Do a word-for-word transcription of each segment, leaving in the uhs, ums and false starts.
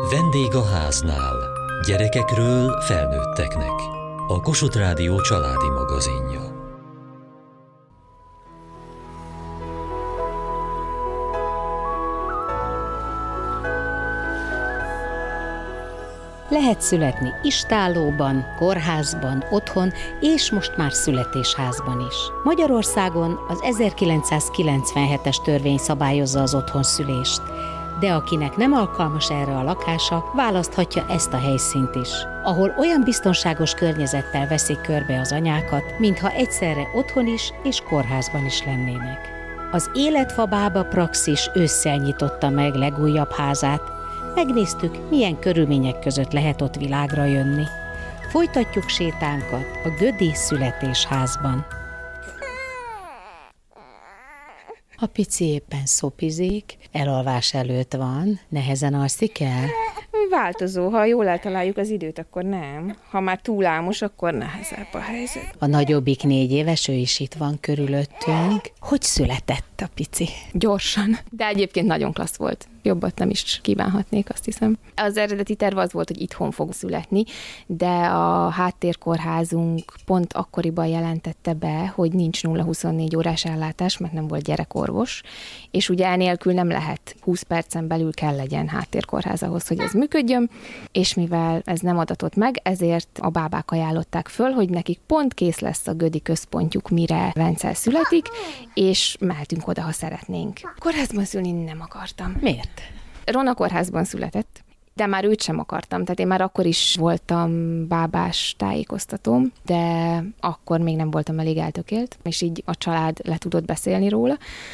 Vendég a háznál. Gyerekekről felnőtteknek. A Kossuth Rádió családi magazinja. Lehet születni istállóban, kórházban, otthon, és most már születésházban is. Magyarországon az ezerkilencszázkilencvenhetes törvény szabályozza az otthonszülést, de akinek nem alkalmas erre a lakása, választhatja ezt a helyszínt is, ahol olyan biztonságos környezettel veszik körbe az anyákat, mintha egyszerre otthon is és kórházban is lennének. Az Életfa Bába Praxis ősszel nyitotta meg legújabb házát. Megnéztük, milyen körülmények között lehet ott világra jönni. Folytatjuk sétánkat a Gödi születésházban. A pici éppen szopizik, elalvás előtt van, nehezen alszik el. Változó, ha jól eltaláljuk az időt, akkor nem. Ha már túl álmos, akkor nehezebb a helyzet. A nagyobbik négy éves, ő is itt van körülöttünk. Hogy született a pici? Gyorsan, de egyébként nagyon klassz volt. Jobbat nem is kívánhatnék, azt hiszem. Az eredeti terv az volt, hogy itthon fog születni, de a háttérkórházunk pont akkoriban jelentette be, hogy nincs nulla huszonnégy órás ellátás, mert nem volt gyerekorvos, és ugye enélkül nem lehet, húsz percen belül kell legyen háttérkórház ahhoz, hogy ez működjön, és mivel ez nem adatott meg, ezért a bábák ajánlották föl, hogy nekik pont kész lesz a Gödi központjuk, mire Vencel születik, és mehetünk oda, ha szeretnénk. Kórházban szülni nem akartam. Miért? Rona kórházban született, de már őt sem akartam, tehát én már akkor is voltam bábás tájékoztatóm, de akkor még nem voltam elég eltökélt, és így a család le tudott beszélni róla.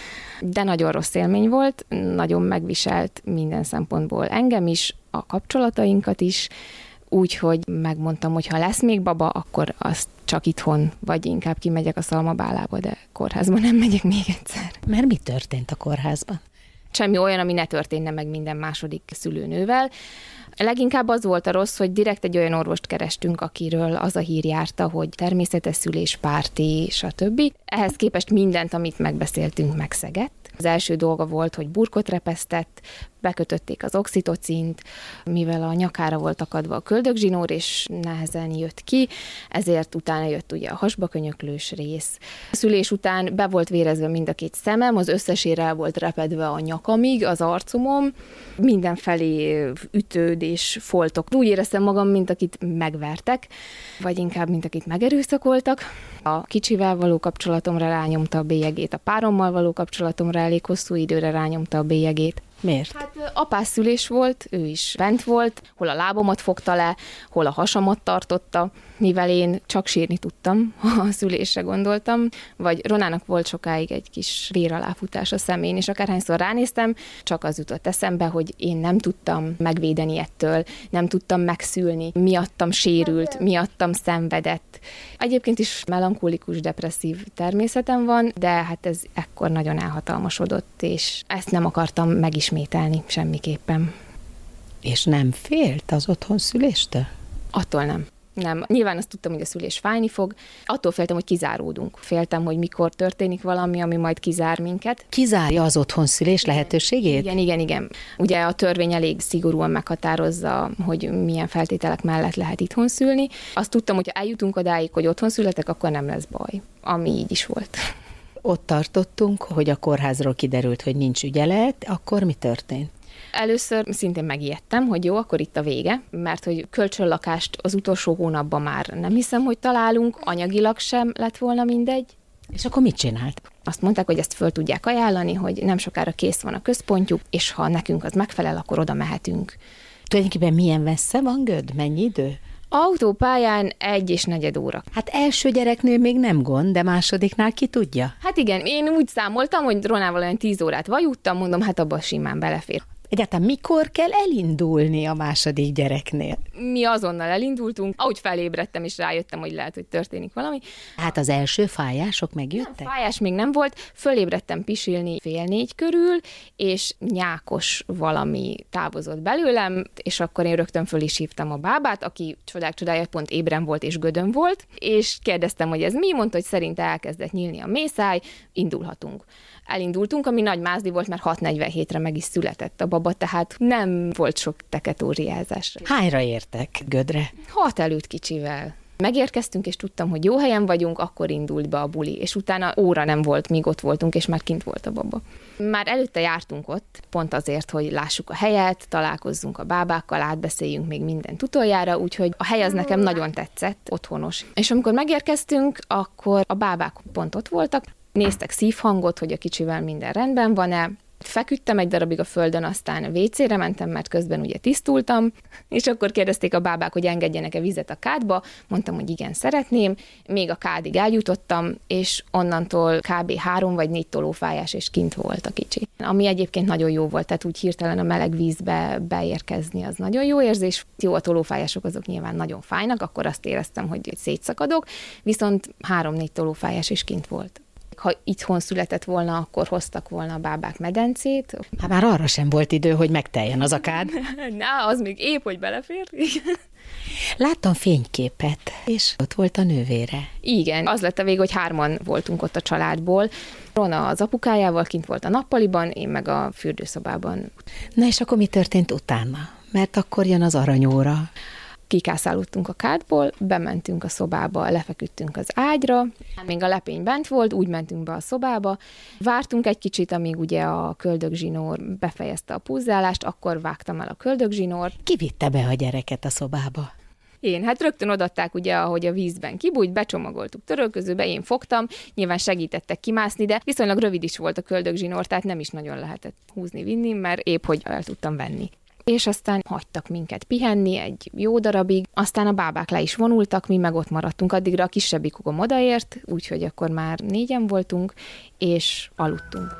De nagyon rossz élmény volt, nagyon megviselt minden szempontból engem is, a kapcsolatainkat is, úgyhogy megmondtam, hogy ha lesz még baba, akkor azt csak itthon, vagy inkább kimegyek a szalmabálába, de kórházban nem megyek még egyszer. Mert mi történt a kórházban? Semmi olyan, ami ne történne meg minden második szülőnővel. Leginkább az volt a rossz, hogy direkt egy olyan orvost kerestünk, akiről az a hír járta, hogy természetes szüléspárti, stb. Ehhez képest mindent, amit megbeszéltünk, megszegett. Az első dolga volt, hogy burkot repesztett, bekötötték az oxitocint, mivel a nyakára volt akadva a köldökzsinór, és nehezen jött ki, ezért utána jött ugye a hasbakönyöklős rész. A szülés után be volt vérezve mind a két szemem, az összesére el volt repedve a nyakamig, az arcomom, mindenfelé ütődés, foltok. Úgy éreztem magam, mint akit megvertek, vagy inkább, mint akit megerőszakoltak. A kicsivel való kapcsolatomra rányomta a bélyegét, a párommal való kapcsolatomra elég hosszú időre rányomta a bélyegét. Miért? Hát apásszülés volt, ő is bent volt, hol a lábomat fogta le, hol a hasamat tartotta, mivel én csak sírni tudtam, ha a szülésre gondoltam, vagy Ronának volt sokáig egy kis véraláfutás a szemén, és akárhányszor ránéztem, csak az jutott eszembe, hogy én nem tudtam megvédeni ettől, nem tudtam megszülni, miattam sérült, miattam szenvedett. Egyébként is melankolikus, depresszív természetem van, de hát ez ekkor nagyon elhatalmasodott, és ezt nem akartam megismételni semmiképpen. És nem félt az otthonszüléstől? Attól nem. Nem. Nyilván azt tudtam, hogy a szülés fájni fog. Attól féltem, hogy kizáródunk. Féltem, hogy mikor történik valami, ami majd kizár minket. Kizárja az otthonszülés lehetőségét? Igen, igen, igen. Ugye a törvény elég szigorúan meghatározza, hogy milyen feltételek mellett lehet itthon szülni. Azt tudtam, hogy ha eljutunk odáig, hogy otthon születek, akkor nem lesz baj. Ami így is volt. Ott tartottunk, hogy a kórházról kiderült, hogy nincs ügyelet, akkor mi történt? Először szintén megijedtem, hogy jó, akkor itt a vége, mert hogy kölcsönlakást az utolsó hónapban már nem hiszem, hogy találunk, anyagilag sem lett volna mindegy. És akkor mit csinált? Azt mondták, hogy ezt föl tudják ajánlani, hogy nem sokára kész van a központjuk, és ha nekünk az megfelel, akkor oda mehetünk. Tulajdonképpen milyen messze van Göd? Mennyi idő? Autópályán egy és negyed óra. Hát első gyereknél még nem gond, de másodiknál ki tudja? Hát igen, én úgy számoltam, hogy Ronával olyan tíz órát vajuttam, mondom, hát abban simán belefér. Egyáltalán mikor kell elindulni a második gyereknél? Mi azonnal elindultunk, ahogy felébredtem, és rájöttem, hogy lehet, hogy történik valami. Hát az első fájások megjöttek? Nem, fájás még nem volt, fölébredtem pisilni fél négy körül, és nyákos valami távozott belőlem, és akkor én rögtön föl is hívtam a bábát, aki csodák csodája pont ébren volt és gödön volt, és kérdeztem, hogy ez mi, mondta, hogy szerinte elkezdett nyílni a mészáj, indulhatunk. Elindultunk, ami nagy mázli volt, mert hat negyvenhétre meg is született a baba, baba, tehát nem volt sok teketóriázás. Hányra értek Gödre? Hat előtt kicsivel. Megérkeztünk, és tudtam, hogy jó helyen vagyunk, akkor indult be a buli, és utána óra nem volt, míg ott voltunk, és már kint volt a baba. Már előtte jártunk ott, pont azért, hogy lássuk a helyet, találkozzunk a bábákkal, átbeszéljünk még mindent utoljára, úgyhogy a hely az nekem nagyon tetszett, otthonos. És amikor megérkeztünk, akkor a bábák pont ott voltak, néztek szívhangot, hogy a kicsivel minden rendben van-e. Feküdtem egy darabig a földön, aztán a vécére mentem, mert közben ugye tisztultam, és akkor kérdezték a bábák, hogy engedjenek-e vizet a kádba, mondtam, hogy igen, szeretném, még a kádig eljutottam, és onnantól kb. három vagy négy tolófájás, és kint volt a kicsi. Ami egyébként nagyon jó volt, tehát úgy hirtelen a meleg vízbe beérkezni, az nagyon jó érzés. Jó, a tolófájások azok nyilván nagyon fájnak, akkor azt éreztem, hogy szétszakadok, viszont három-négy tolófájás is kint volt. Ha itthon született volna, akkor hoztak volna a bábák medencét. Hát már arra sem volt idő, hogy megteljen az a kád. Na, az még épp, hogy belefér. Láttam fényképet, és ott volt a nővére. Igen, az lett a vég, hogy hárman voltunk ott a családból. Rona az apukájával kint volt a nappaliban, én meg a fürdőszobában. Na és akkor mi történt utána? Mert akkor jön az aranyóra. Kikászálódtunk a kádból, bementünk a szobába, lefeküdtünk az ágyra, még a lepény bent volt, úgy mentünk be a szobába, vártunk egy kicsit, amíg ugye a köldögzsinór befejezte a púzzálást, akkor vágtam el a köldögzsinórt. Ki vitte be a gyereket a szobába? Én, hát rögtön odaadták ugye, ahogy a vízben kibújt, becsomagoltuk törölközőbe, én fogtam, nyilván segítettek kimászni, de viszonylag rövid is volt a köldögzsinór, tehát nem is nagyon lehetett húzni-vinni, mert épp hogy el tudtam venni. És aztán hagytak minket pihenni egy jó darabig, aztán a bábák le is vonultak, mi meg ott maradtunk, addigra a kisebbikugom odaért, úgyhogy akkor már négyen voltunk, és aludtunk.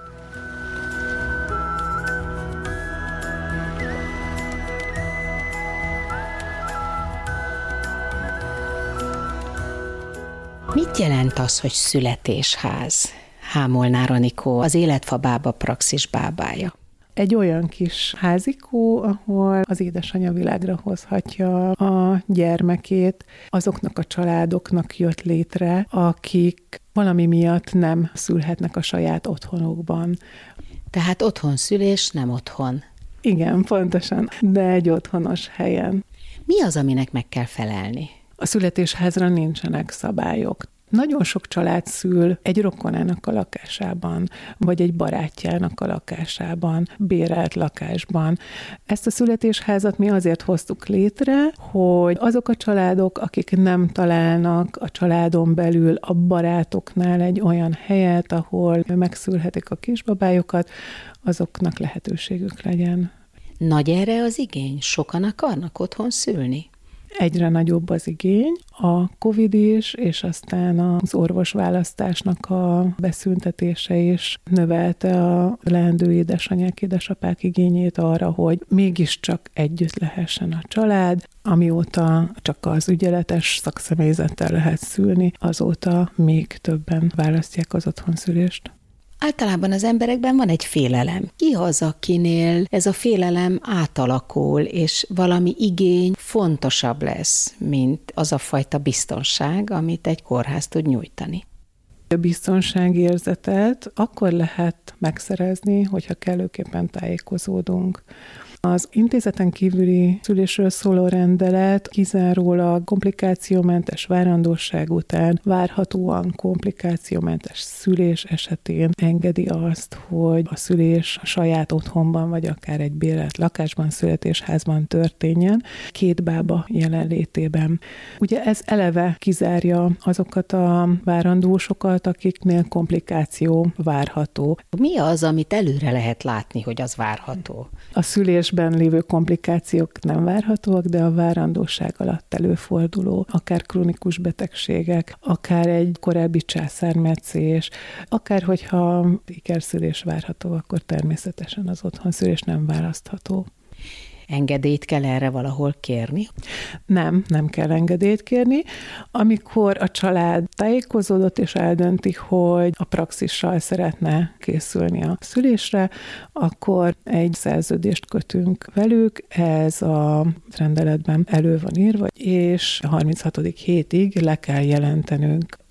Mit jelent az, hogy születésház? Hámolnár Anikó, az Életfa bába praxis bábája. Egy olyan kis házikó, ahol az édesanyja világra hozhatja a gyermekét, azoknak a családoknak jött létre, akik valami miatt nem szülhetnek a saját otthonukban. Tehát otthon szülés, nem otthon. Igen, pontosan, de egy otthonos helyen. Mi az, aminek meg kell felelni? A születésházra nincsenek szabályok. Nagyon sok család szül egy rokonának a lakásában, vagy egy barátjának a lakásában, bérelt lakásban. Ezt a születésházat mi azért hoztuk létre, hogy azok a családok, akik nem találnak a családon belül a barátoknál egy olyan helyet, ahol megszülhetik a kisbabájukat, azoknak lehetőségük legyen. Nagy erre az igény? Sokan akarnak otthon szülni? Egyre nagyobb az igény. A Covid is, és aztán az orvosválasztásnak a beszüntetése is növelte a leendő édesanyák, édesapák igényét arra, hogy mégiscsak együtt lehessen a család. Amióta csak az ügyeletes szakszemélyzettel lehet szülni, azóta még többen választják az otthonszülést. Általában az emberekben van egy félelem. Ki az, akinél ez a félelem átalakul, és valami igény fontosabb lesz, mint az a fajta biztonság, amit egy kórház tud nyújtani? A biztonságérzetet akkor lehet megszerezni, hogyha kellőképpen tájékozódunk. Az intézeten kívüli szülésről szóló rendelet kizárólag komplikációmentes várandóság után várhatóan komplikációmentes szülés esetén engedi azt, hogy a szülés a saját otthonban, vagy akár egy bérelt lakásban, születésházban történjen, két bába jelenlétében. Ugye ez eleve kizárja azokat a várandósokat, akiknél komplikáció várható. Mi az, amit előre lehet látni, hogy az várható? A szülés ben lévő komplikációk nem várhatóak, de a várandóság alatt előforduló, akár krónikus betegségek, akár egy korábbi császármetszés, akár hogyha ikerszülés várható, akkor természetesen az otthonszülés nem választható. Engedélyt kell erre valahol kérni? Nem, nem kell engedélyt kérni. Amikor a család tájékozódott és eldönti, hogy a praxissal szeretne készülni a szülésre, akkor egy szerződést kötünk velük, ez a rendeletben elő van írva, és a harminchatodik hétig le kell jelentenünk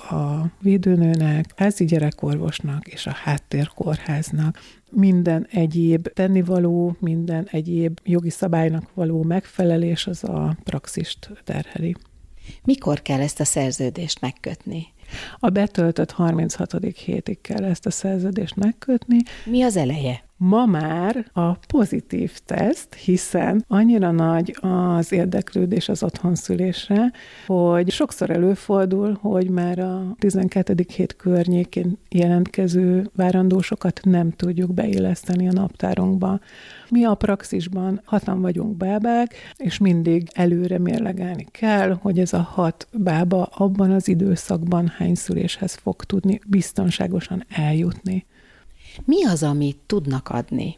a védőnőnek, házi gyerekorvosnak és a háttérkórháznak minden egyéb tennivaló, minden egyéb jogi szabálynak való megfelelés az a praxist terheli. Mikor kell ezt a szerződést megkötni? A betöltött harminchatodik hétig kell ezt a szerződést megkötni. Mi az eleje? Ma már a pozitív teszt, hiszen annyira nagy az érdeklődés az otthonszülésre, hogy sokszor előfordul, hogy már a tizenkettedik hét környékén jelentkező várandósokat nem tudjuk beilleszteni a naptárunkba. Mi a praxisban hatan vagyunk bábák, és mindig előre mérlegelni kell, hogy ez a hat bába abban az időszakban hány szüléshez fog tudni biztonságosan eljutni. Mi az, amit tudnak adni?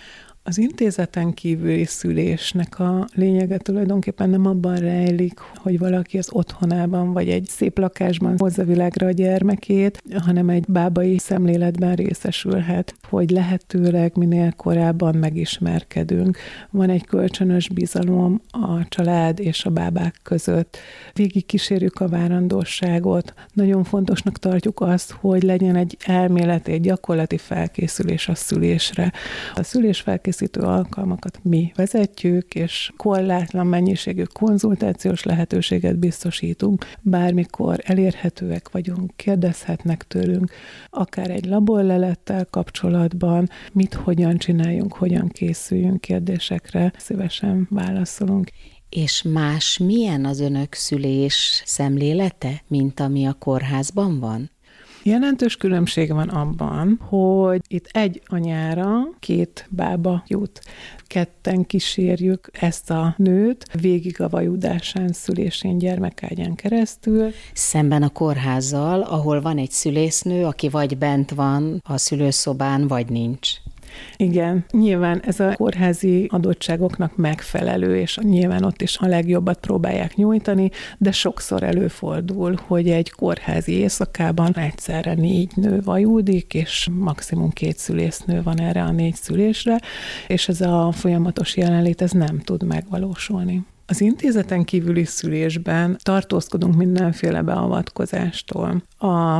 Az intézeten kívüli szülésnek a lényege tulajdonképpen nem abban rejlik, hogy valaki az otthonában vagy egy szép lakásban hozza világra a gyermekét, hanem egy bábai szemléletben részesülhet, hogy lehetőleg minél korábban megismerkedünk. Van egy kölcsönös bizalom a család és a bábák között. Végig kísérjük a várandóságot. Nagyon fontosnak tartjuk azt, hogy legyen egy elméleti, egy gyakorlati felkészülés a szülésre. A szülés felkészülés alkalmakat mi vezetjük, és korlátlan mennyiségű konzultációs lehetőséget biztosítunk. Bármikor elérhetőek vagyunk, kérdezhetnek tőlünk, akár egy laborlelettel kapcsolatban, mit, hogyan csináljunk, hogyan készüljünk kérdésekre, szívesen válaszolunk. És más milyen az önök szülés szemlélete, mint ami a kórházban van? Jelentős különbség van abban, hogy itt egy anyára két bába jut. Ketten kísérjük ezt a nőt végig a vajudásán, szülésén, gyermekágyán keresztül. Szemben a kórházzal, ahol van egy szülésznő, aki vagy bent van a szülőszobán, vagy nincs. Igen, nyilván ez a kórházi adottságoknak megfelelő, és nyilván ott is a legjobbat próbálják nyújtani, de sokszor előfordul, hogy egy kórházi éjszakában egyszerre négy nő vajúdik, és maximum két szülésznő van erre a négy szülésre, és ez a folyamatos jelenlét ez nem tud megvalósulni. Az intézeten kívüli szülésben tartózkodunk mindenféle beavatkozástól. A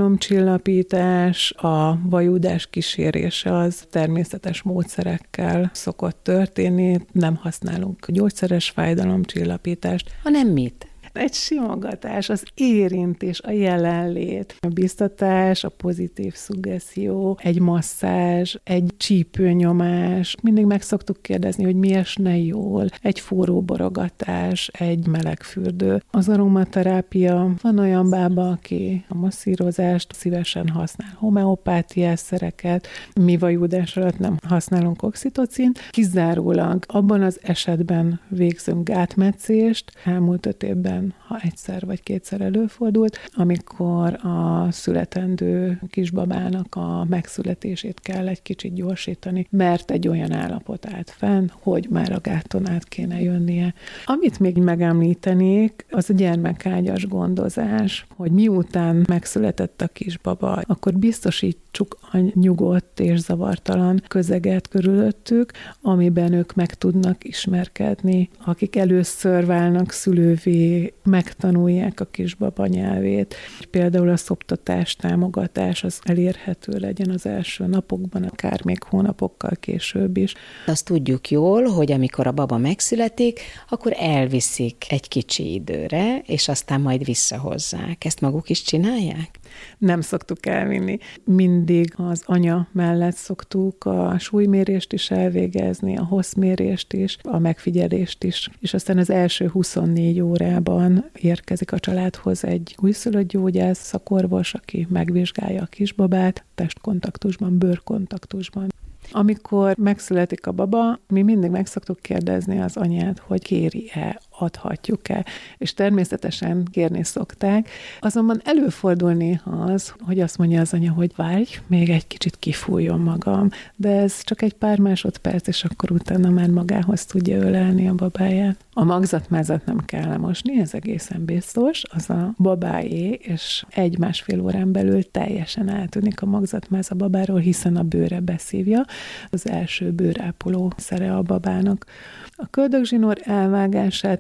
fájdalomcsillapítás, a vajúdás kísérése az természetes módszerekkel szokott történni, nem használunk gyógyszeres fájdalomcsillapítást. Hanem mit? Egy simogatás, az érintés, a jelenlét, a biztatás, a pozitív szuggeszió, egy masszázs, egy csípőnyomás. Mindig meg szoktuk kérdezni, hogy mi esne jól, egy forró borogatás, egy meleg fürdő. Az aromaterápia, van olyan bába, aki a masszírozást szívesen használ homeopátiás szereket, mi vajúdás alatt nem használunk oxitocint, kizárólag abban az esetben végzünk gátmetszést, elmúlt öt évben ha egyszer vagy kétszer előfordult, amikor a születendő kisbabának a megszületését kell egy kicsit gyorsítani, mert egy olyan állapot állt fenn, hogy már a gáton át kéne jönnie. Amit még megemlítenék, az a gyermekágyas gondozás, hogy miután megszületett a kisbaba, akkor biztosítsuk a nyugodt és zavartalan közeget körülöttük, amiben ők meg tudnak ismerkedni, akik először válnak szülővé, megtanulják a kisbaba nyelvét. Például a szoptatás, támogatás az elérhető legyen az első napokban, akár még hónapokkal később is. Azt tudjuk jól, hogy amikor a baba megszületik, akkor elviszik egy kicsi időre, és aztán majd visszahozzák. Ezt maguk is csinálják? Nem szoktuk elvinni. Mindig az anya mellett szoktuk a súlymérést is elvégezni, a hosszmérést is, a megfigyelést is, és aztán az első huszonnégy órában érkezik a családhoz egy újszülött gyógyász, szakorvos, aki megvizsgálja a kisbabát, testkontaktusban, bőrkontaktusban. Amikor megszületik a baba, mi mindig meg szoktuk kérdezni az anyát, hogy kéri-e, adhatjuk-e, és természetesen kérni szokták. Azonban előfordul néha az, hogy azt mondja az anya, hogy várj, még egy kicsit kifújjon magam, de ez csak egy pár másodperc, és akkor utána már magához tudja ölelni a babáját. A magzatmázat nem kell lemosni, ez egészen biztos, az a babáé, és egy-másfél órán belül teljesen eltűnik a magzatmáz a babáról, hiszen a bőre beszívja, az első bőrápoló szere a babának. A köldökzsinór elvágását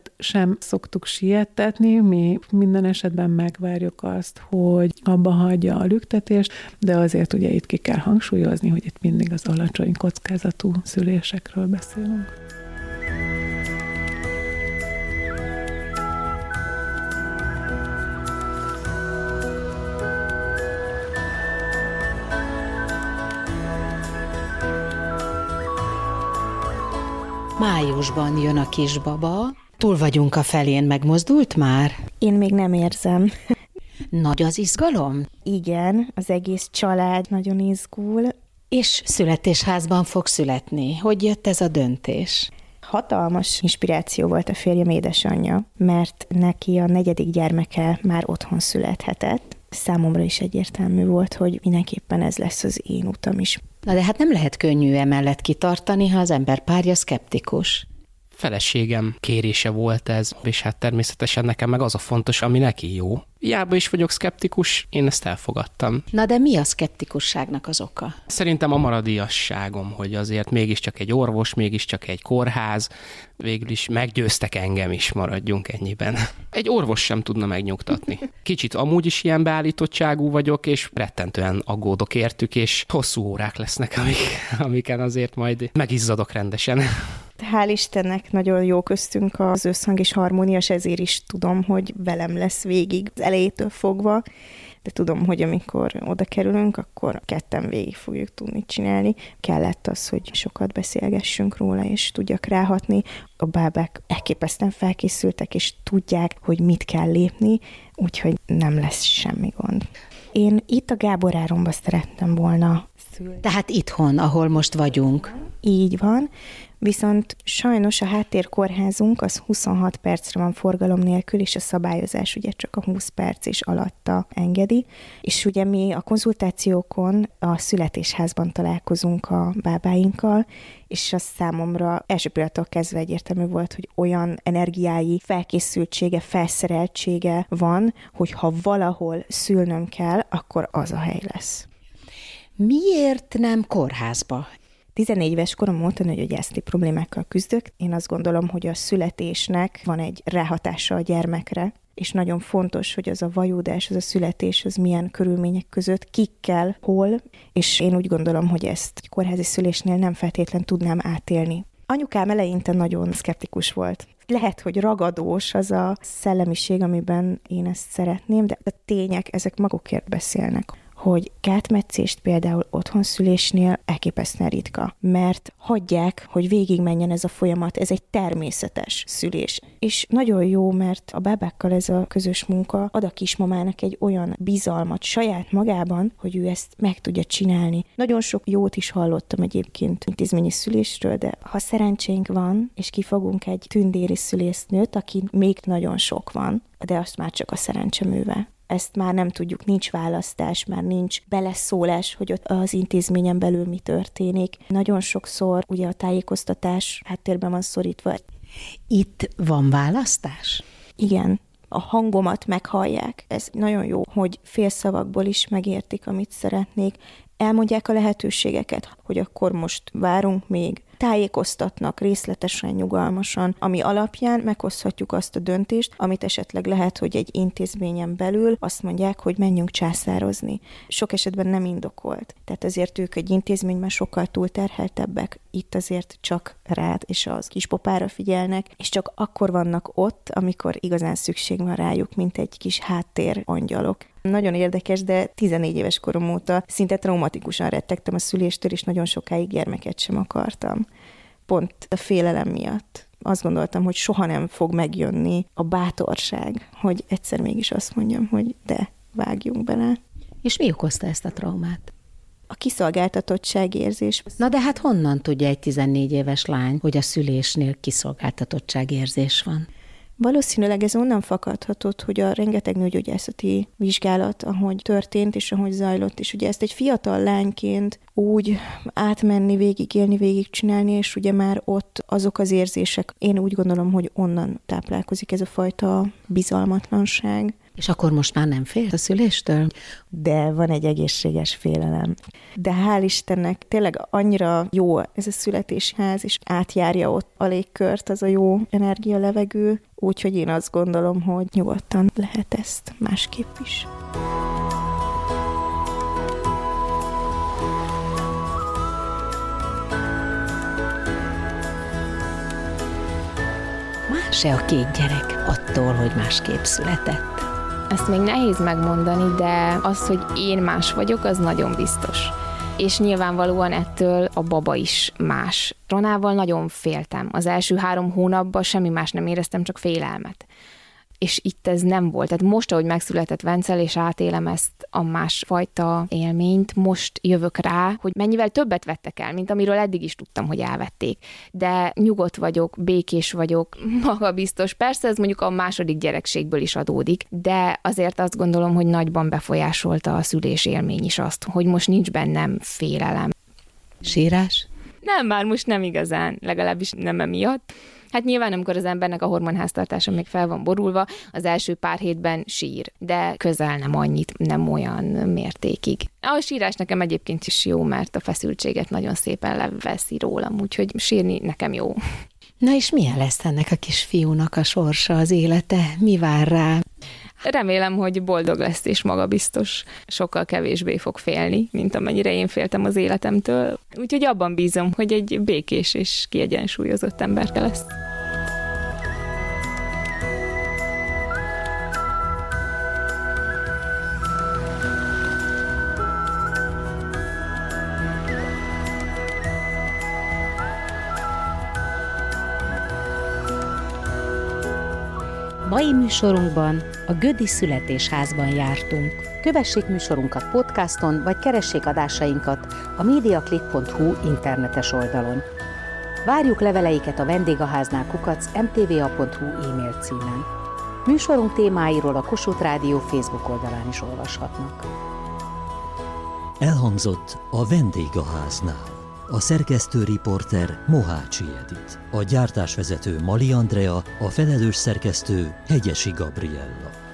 ezért sem szoktuk siettetni, mi minden esetben megvárjuk azt, hogy abba hagyja a lüktetést, de azért ugye itt ki kell hangsúlyozni, hogy itt mindig az alacsony kockázatú szülésekről beszélünk. Májusban jön a kisbaba. Túl vagyunk a felén, megmozdult már? Én még nem érzem. Nagy az izgalom? Igen, az egész család nagyon izgul. És születésházban fog születni. Hogy jött ez a döntés? Hatalmas inspiráció volt a férjem édesanyja, mert neki a negyedik gyermeke már otthon születhetett. Számomra is egyértelmű volt, hogy mindenképpen ez lesz az én utam is. Na de hát nem lehet könnyű emellett kitartani, ha az ember párja szkeptikus. Feleségem kérése volt ez, és hát természetesen nekem meg az a fontos, ami neki jó. Hiába is vagyok szkeptikus, én ezt elfogadtam. Na de mi a szkeptikusságnak az oka? Szerintem a maradiasságom, hogy azért mégiscsak egy orvos, mégiscsak egy kórház, végül is meggyőztek engem is, maradjunk ennyiben. Egy orvos sem tudna megnyugtatni. Kicsit amúgy is ilyen beállítottságú vagyok, és rettentően aggódok értük, és hosszú órák lesznek, amik, amiken azért majd megizzadok rendesen. Hál' Istennek nagyon jó köztünk az összhang és harmónia, és ezért is tudom, hogy velem lesz végig az elejétől fogva, de tudom, hogy amikor oda kerülünk, akkor ketten végig fogjuk tudni csinálni. Kellett az, hogy sokat beszélgessünk róla, és tudjak ráhatni. A bábák elképesztően felkészültek, és tudják, hogy mit kell lépni, úgyhogy nem lesz semmi gond. Én itt a Gábor Áronba szerettem volna szülni. Tehát itthon, ahol most vagyunk. Így van. Viszont sajnos a háttérkórházunk az huszonhat percre van forgalom nélkül, és a szabályozás ugye csak a húsz perc és alatta engedi. És ugye mi a konzultációkon a születésházban találkozunk a bábáinkkal, és az számomra első pillanattól kezdve egyértelmű volt, hogy olyan energiái felkészültsége, felszereltsége van, hogy ha valahol szülnöm kell, akkor az a hely lesz. Miért nem kórházba? tizennégy éves korom óta nőgyógyászati problémákkal küzdök. Én azt gondolom, hogy a születésnek van egy ráhatása a gyermekre, és nagyon fontos, hogy az a vajúdás, az a születés, az milyen körülmények között, kikkel, hol, és én úgy gondolom, hogy ezt egy kórházi szülésnél nem feltétlen tudnám átélni. Anyukám eleinte nagyon szkeptikus volt. Lehet, hogy ragadós az a szellemiség, amiben én ezt szeretném, de a tények, ezek magukért beszélnek. Hogy gátmetszést például otthonszülésnél elképesztően ritka, mert hagyják, hogy végigmenjen ez a folyamat, ez egy természetes szülés. És nagyon jó, mert a bábákkal ez a közös munka ad a kismamának egy olyan bizalmat saját magában, hogy ő ezt meg tudja csinálni. Nagyon sok jót is hallottam egyébként intézményi szülésről, de ha szerencsénk van, és kifogunk egy tündéri szülésznőt, aki még nagyon sok van, de azt már csak a szerencse műve. Ezt már nem tudjuk, nincs választás, már nincs beleszólás, hogy ott az intézményen belül mi történik. Nagyon sokszor ugye a tájékoztatás háttérben van szorítva. Itt van választás? Igen. A hangomat meghallják. Ez nagyon jó, hogy félszavakból is megértik, amit szeretnék. Elmondják a lehetőségeket, hogy akkor most várunk még, tájékoztatnak részletesen, nyugalmasan, ami alapján meghozhatjuk azt a döntést, amit esetleg lehet, hogy egy intézményen belül azt mondják, hogy menjünk császározni. Sok esetben nem indokolt. Tehát azért ők egy intézményben sokkal túlterheltebbek, itt azért csak rád és az kispopára figyelnek, és csak akkor vannak ott, amikor igazán szükség van rájuk, mint egy kis háttér angyalok. Nagyon érdekes, de tizennégy éves korom óta szinte traumatikusan rettegtem a szüléstől, és nagyon sokáig gyermeket sem akartam. Pont a félelem miatt. Azt gondoltam, hogy soha nem fog megjönni a bátorság, hogy egyszer mégis azt mondjam, hogy de, vágjunk bele. És mi okozta ezt a traumát? A kiszolgáltatottságérzés. Na de hát honnan tudja egy tizennégy éves lány, hogy a szülésnél kiszolgáltatottságérzés van? Valószínűleg ez onnan fakadhatott, hogy a rengeteg nőgyógyászati vizsgálat, ahogy történt és ahogy zajlott, és ugye ezt egy fiatal lányként úgy átmenni, végigélni, végigcsinálni, és ugye már ott azok az érzések, én úgy gondolom, hogy onnan táplálkozik ez a fajta bizalmatlanság. És akkor most már nem fél a szüléstől? De van egy egészséges félelem. De hál' Istennek tényleg annyira jó ez a születésház, és átjárja ott a légkört, az a jó energia, levegő, úgyhogy én azt gondolom, hogy nyugodtan lehet ezt másképp is. Más-e a két gyerek attól, hogy másképp született? Ezt még nehéz megmondani, de az, hogy én más vagyok, az nagyon biztos. És nyilvánvalóan ettől a baba is más. Ronával nagyon féltem. Az első három hónapban semmi más nem éreztem, csak félelmet. És itt ez nem volt. Tehát most, ahogy megszületett Vencel, és átélem ezt a másfajta élményt, most jövök rá, hogy mennyivel többet vettek el, mint amiről eddig is tudtam, hogy elvették. De nyugodt vagyok, békés vagyok, magabiztos. Persze ez mondjuk a második gyerekségből is adódik, de azért azt gondolom, hogy nagyban befolyásolta a szülés élmény is azt, hogy most nincs bennem félelem. Sírás? Nem, már most nem igazán, legalábbis nem emiatt. Hát nyilván, amikor az embernek a hormonháztartása még fel van borulva, az első pár hétben sír, de közel nem annyit, nem olyan mértékig. A sírás nekem egyébként is jó, mert a feszültséget nagyon szépen leveszi rólam, úgyhogy sírni nekem jó. Na és milyen lesz ennek a kis fiúnak a sorsa, az élete? Mi vár rá? Remélem, hogy boldog lesz és magabiztos. Sokkal kevésbé fog félni, mint amennyire én féltem az életemtől. Úgyhogy abban bízom, hogy egy békés és kiegyensúlyozott emberke lesz. Mai műsorunkban a Gödi Születésházban jártunk. Kövessék műsorunkat podcaston, vagy keressék adásainkat a mediaclick pont hu internetes oldalon. Várjuk leveleiket a vendégháznál kukac em té vé á pont hu e-mail címen. Műsorunk témáiról a Kossuth Rádió Facebook oldalán is olvashatnak. Elhangzott a Vendégháznál. A szerkesztő riporter Mohácsi Edit, a gyártásvezető Mali Andrea, a felelős szerkesztő Hegyesi Gabriella.